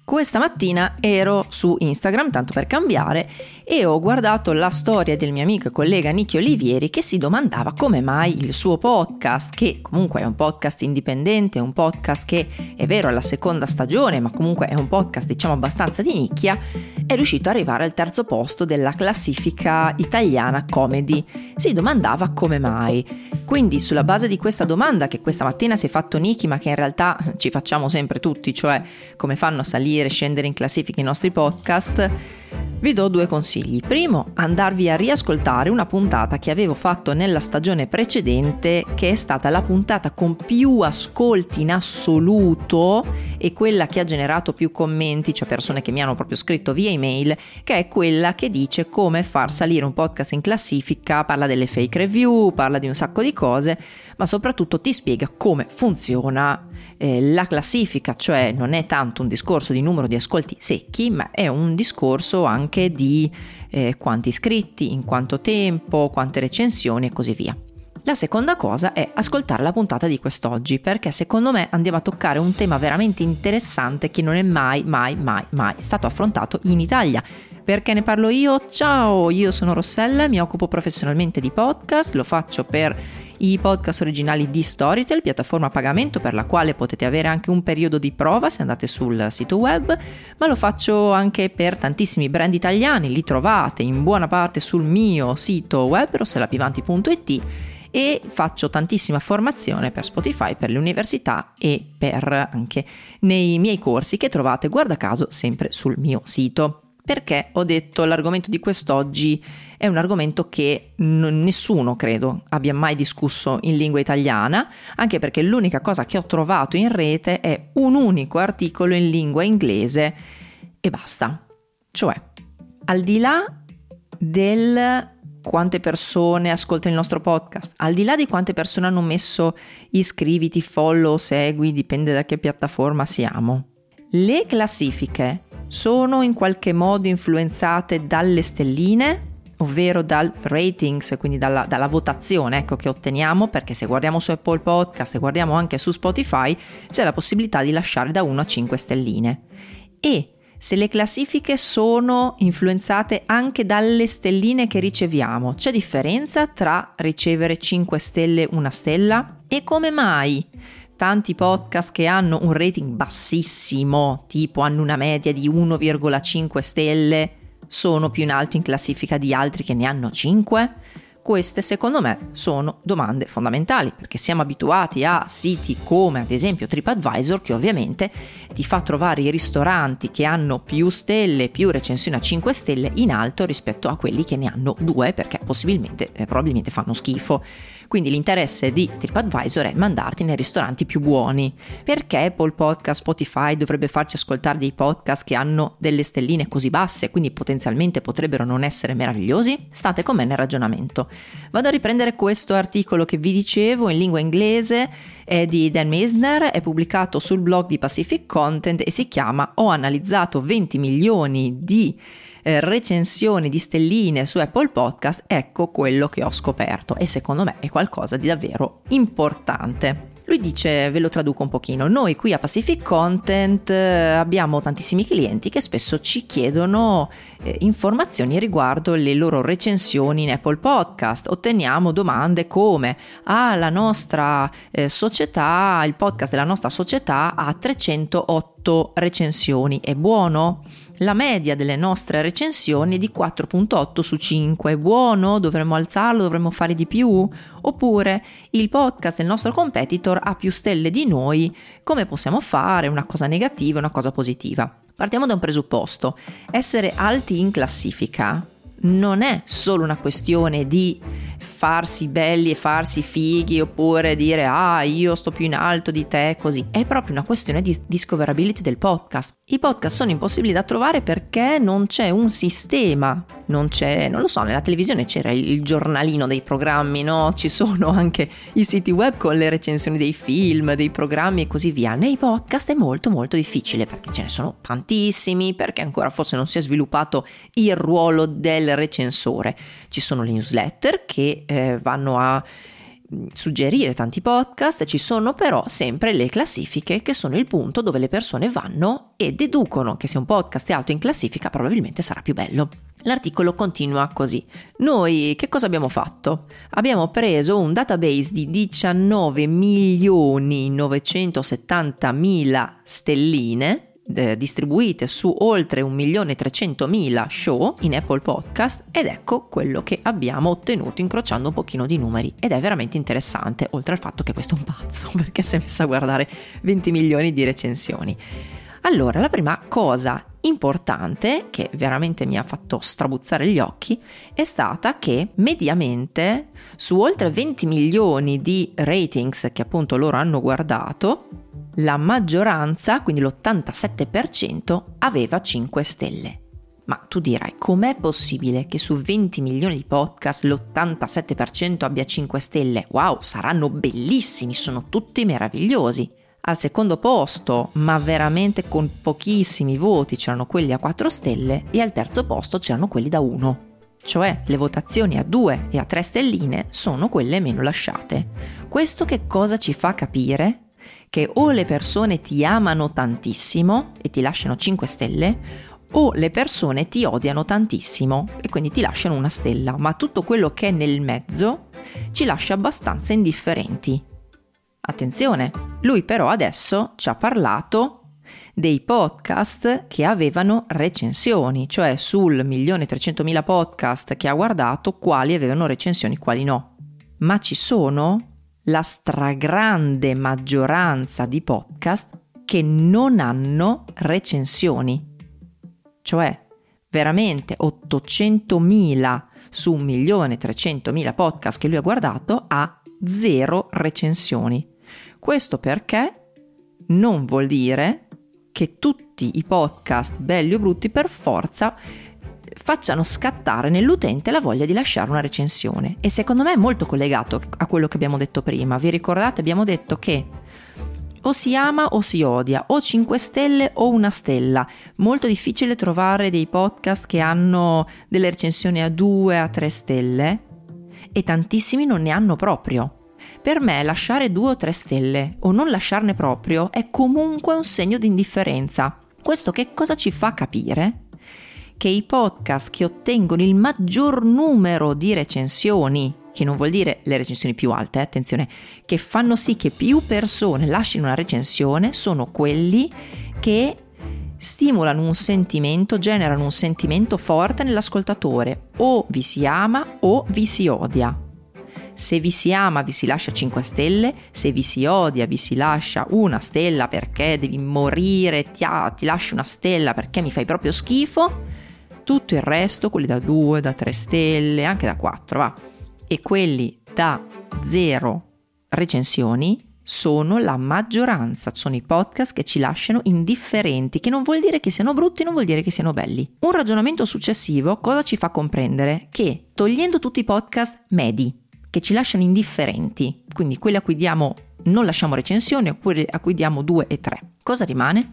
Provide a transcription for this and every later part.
Questa mattina ero su Instagram, tanto per cambiare, e ho guardato la storia del mio amico e collega Nicky Olivieri che si domandava come mai il suo podcast, che comunque è un podcast indipendente, un podcast che è vero alla seconda stagione, ma comunque è un podcast diciamo abbastanza di nicchia, è riuscito ad arrivare al terzo posto della classifica italiana comedy. Si domandava come mai. Quindi sulla base di questa domanda che questa mattina si è fatto Nicky, ma che in realtà ci facciamo sempre tutti, cioè come fanno a salire e scendere in classifica i nostri podcast, vi do due consigli. Primo, andarvi a riascoltare una puntata che avevo fatto nella stagione precedente, che è stata la puntata con più ascolti in assoluto e quella che ha generato più commenti, cioè persone che mi hanno proprio scritto via email, che è quella che dice come far salire un podcast in classifica, parla delle fake review, parla di un sacco di cose, ma soprattutto ti spiega come funziona la classifica, cioè non è tanto un discorso di numero di ascolti secchi, ma è un discorso anche di quanti iscritti, in quanto tempo, quante recensioni e così via. La seconda cosa è ascoltare la puntata di quest'oggi, perché secondo me andiamo a toccare un tema veramente interessante che non è mai stato affrontato in Italia. Perché ne parlo io? Ciao, io sono Rossella, mi occupo professionalmente di podcast, lo faccio per i podcast originali di Storytel, piattaforma a pagamento per la quale potete avere anche un periodo di prova se andate sul sito web, ma lo faccio anche per tantissimi brand italiani, li trovate in buona parte sul mio sito web rossellapivanti.it, e faccio tantissima formazione per Spotify, per le università e per anche nei miei corsi che trovate guarda caso sempre sul mio sito. Perché ho detto l'argomento di quest'oggi è un argomento che nessuno credo abbia mai discusso in lingua italiana, anche perché l'unica cosa che ho trovato in rete è un unico articolo in lingua inglese e basta. Cioè, al di là del quante persone ascoltano il nostro podcast, al di là di quante persone hanno messo iscriviti, follow, segui, dipende da che piattaforma siamo, le classifiche sono in qualche modo influenzate dalle stelline, ovvero dal ratings, quindi dalla votazione, ecco, che otteniamo, perché se guardiamo su Apple Podcast e guardiamo anche su Spotify c'è la possibilità di lasciare da 1 a 5 stelline. E se le classifiche sono influenzate anche dalle stelline che riceviamo, c'è differenza tra ricevere 5 stelle e 1 stella? E come mai tanti podcast che hanno un rating bassissimo, tipo hanno una media di 1,5 stelle, sono più in alto in classifica di altri che ne hanno 5? Queste secondo me sono domande fondamentali, perché siamo abituati a siti come ad esempio TripAdvisor, che ovviamente ti fa trovare i ristoranti che hanno più stelle, più recensioni a 5 stelle in alto rispetto a quelli che ne hanno 2, perché probabilmente fanno schifo. Quindi l'interesse di TripAdvisor è mandarti nei ristoranti più buoni. Perché Apple Podcast, Spotify dovrebbe farci ascoltare dei podcast che hanno delle stelline così basse, quindi potenzialmente potrebbero non essere meravigliosi? State con me nel ragionamento. Vado a riprendere questo articolo che vi dicevo in lingua inglese, è di Dan Misner, è pubblicato sul blog di Pacific Content e si chiama "Ho analizzato 20 milioni di recensioni di stelline su Apple Podcast, ecco quello che ho scoperto", e secondo me è qualcosa di davvero importante. Lui dice, ve lo traduco un pochino: noi qui a Pacific Content abbiamo tantissimi clienti che spesso ci chiedono informazioni riguardo le loro recensioni in Apple Podcast. Otteniamo domande come: la nostra società, il podcast della nostra società ha 308 recensioni, è buono? La media delle nostre recensioni è di 4.8 su 5, è buono? Dovremmo alzarlo? Dovremmo fare di più? Oppure il podcast del nostro competitor ha più stelle di noi, come possiamo fare? Una cosa negativa, una cosa positiva. Partiamo da un presupposto: essere alti in classifica non è solo una questione di farsi belli e farsi fighi, oppure dire io sto più in alto di te, così. È proprio una questione di discoverability del podcast. I podcast sono impossibili da trovare perché non c'è un sistema, non lo so, nella televisione c'era il giornalino dei programmi, no? Ci sono anche i siti web con le recensioni dei film, dei programmi e così via. Nei podcast è molto molto difficile, perché ce ne sono tantissimi, perché ancora forse non si è sviluppato il ruolo del recensore. Ci sono le newsletter che vanno a suggerire tanti podcast, ci sono però sempre le classifiche, che sono il punto dove le persone vanno e deducono che se un podcast è alto in classifica probabilmente sarà più bello. L'articolo continua così. Noi che cosa abbiamo fatto? Abbiamo preso un database di 19.970.000 stelline distribuite su oltre 1.300.000 show in Apple Podcast, ed ecco quello che abbiamo ottenuto incrociando un pochino di numeri, ed è veramente interessante, oltre al fatto che questo è un pazzo perché si è messo a guardare 20 milioni di recensioni. Allora, la prima cosa importante che veramente mi ha fatto strabuzzare gli occhi è stata che mediamente su oltre 20 milioni di ratings che appunto loro hanno guardato, la maggioranza, quindi l'87%, aveva 5 stelle. Ma tu dirai, com'è possibile che su 20 milioni di podcast l'87% abbia 5 stelle? Wow, saranno bellissimi, sono tutti meravigliosi. Al secondo posto, ma veramente con pochissimi voti, c'erano quelli a 4 stelle, e al terzo posto c'erano quelli da 1. Cioè le votazioni a 2 e a 3 stelline sono quelle meno lasciate. Questo che cosa ci fa capire? Che o le persone ti amano tantissimo e ti lasciano 5 stelle, o le persone ti odiano tantissimo e quindi ti lasciano 1 stella, ma tutto quello che è nel mezzo ci lascia abbastanza indifferenti. Attenzione, lui però adesso ci ha parlato dei podcast che avevano recensioni, cioè sul 1.300.000 podcast che ha guardato quali avevano recensioni, quali no. Ma ci sono la stragrande maggioranza di podcast che non hanno recensioni, cioè veramente 800.000 su 1.300.000 podcast che lui ha guardato ha 0 recensioni. Questo perché non vuol dire che tutti i podcast belli o brutti per forza facciano scattare nell'utente la voglia di lasciare una recensione, e secondo me è molto collegato a quello che abbiamo detto prima. Vi ricordate? Abbiamo detto che o si ama o si odia, o 5 stelle o 1 stella. Molto difficile trovare dei podcast che hanno delle recensioni a 2, a 3 stelle, e tantissimi non ne hanno proprio. Per me lasciare 2 o 3 stelle o non lasciarne proprio è comunque un segno di indifferenza. Questo che cosa ci fa capire? Che i podcast che ottengono il maggior numero di recensioni, che non vuol dire le recensioni più alte, attenzione, che fanno sì che più persone lasciano una recensione, sono quelli che stimolano un sentimento, generano un sentimento forte nell'ascoltatore: o vi si ama o vi si odia. Se vi si ama vi si lascia 5 stelle, se vi si odia vi si lascia 1 stella perché devi morire, ti lascio 1 stella perché mi fai proprio schifo. Tutto il resto, quelli da 2, da 3 stelle, anche da 4, va. E quelli da 0 recensioni sono la maggioranza, sono i podcast che ci lasciano indifferenti, che non vuol dire che siano brutti, non vuol dire che siano belli. Un ragionamento successivo cosa ci fa comprendere? Che togliendo tutti i podcast medi, che ci lasciano indifferenti, quindi quelli a cui non lasciamo recensioni, oppure a cui diamo 2 e 3, cosa rimane?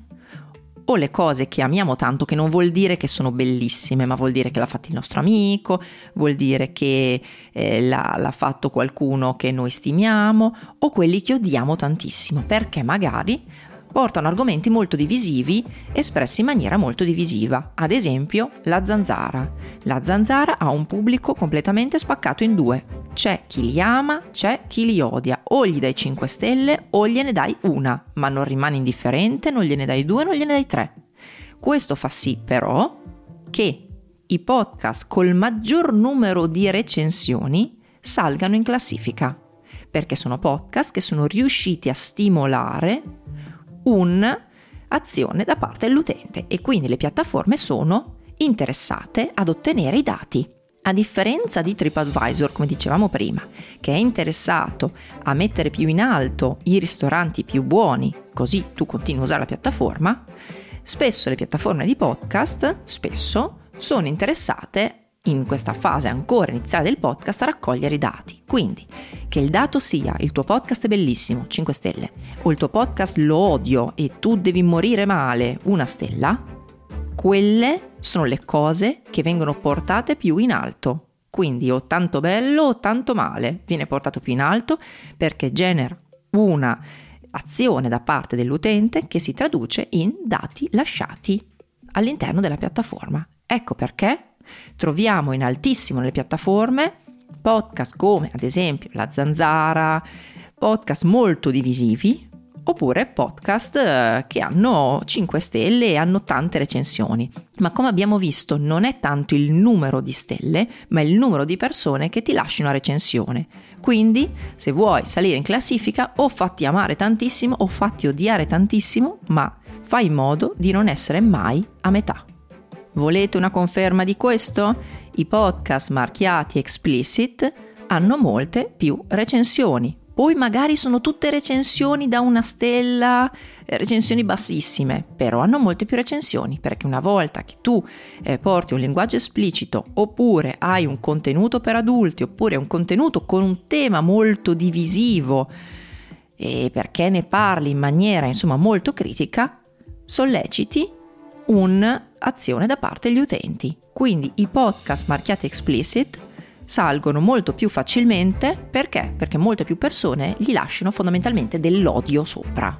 O le cose che amiamo tanto, che non vuol dire che sono bellissime, ma vuol dire che l'ha fatto il nostro amico, vuol dire che l'ha fatto qualcuno che noi stimiamo, o quelli che odiamo tantissimo, perché magari portano argomenti molto divisivi, espressi in maniera molto divisiva. Ad esempio, la zanzara. La zanzara ha un pubblico completamente spaccato in 2. C'è chi li ama, c'è chi li odia. O gli dai 5 stelle o gliene dai 1, ma non rimane indifferente, non gliene dai 2, non gliene dai 3. Questo fa sì però che i podcast col maggior numero di recensioni salgano in classifica, perché sono podcast che sono riusciti a stimolare un'azione da parte dell'utente, e quindi le piattaforme sono interessate ad ottenere i dati. A differenza di TripAdvisor, come dicevamo prima, che è interessato a mettere più in alto i ristoranti più buoni, così tu continui a usare la piattaforma, spesso le piattaforme di podcast sono interessate in questa fase ancora iniziale del podcast a raccogliere i dati. Quindi che il dato sia il tuo podcast è bellissimo, 5 stelle, o il tuo podcast lo odio e tu devi morire male, 1 stella, quelle sono le cose che vengono portate più in alto. quindi o tanto bello o tanto male, viene portato più in alto perché genera una azione da parte dell'utente che si traduce in dati lasciati all'interno della piattaforma. Ecco perché troviamo in altissimo nelle piattaforme podcast come ad esempio La Zanzara, podcast molto divisivi, oppure podcast che hanno 5 stelle e hanno tante recensioni. Ma come abbiamo visto non è tanto il numero di stelle, ma il numero di persone che ti lasciano una recensione. Quindi se vuoi salire in classifica o fatti amare tantissimo o fatti odiare tantissimo, ma fai in modo di non essere mai a metà. Volete una conferma di questo? I podcast marchiati explicit hanno molte più recensioni. Poi magari sono tutte recensioni da 1 stella, recensioni bassissime, però hanno molte più recensioni, perché una volta che tu porti un linguaggio esplicito, oppure hai un contenuto per adulti, oppure un contenuto con un tema molto divisivo, e perché ne parli in maniera molto critica, solleciti un'azione da parte degli utenti. Quindi i podcast marchiati explicit salgono molto più facilmente perché molte più persone gli lasciano fondamentalmente dell'odio sopra.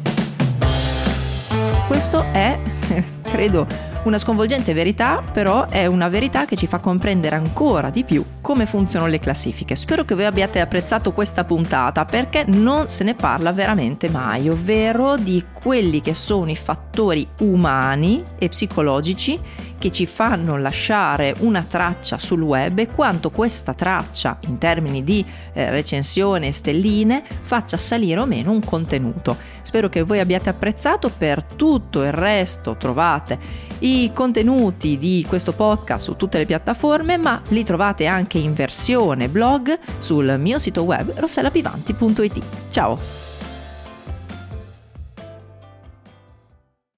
Questo è, credo, una sconvolgente verità, però è una verità che ci fa comprendere ancora di più come funzionano le classifiche. Spero che voi abbiate apprezzato questa puntata perché non se ne parla veramente mai, ovvero di quelli che sono i fattori umani e psicologici che ci fanno lasciare una traccia sul web e quanto questa traccia in termini di recensione e stelline faccia salire o meno un contenuto. Spero che voi abbiate apprezzato. Per tutto il resto trovate i contenuti di questo podcast su tutte le piattaforme, ma li trovate anche in versione blog sul mio sito web rossellapivanti.it. Ciao!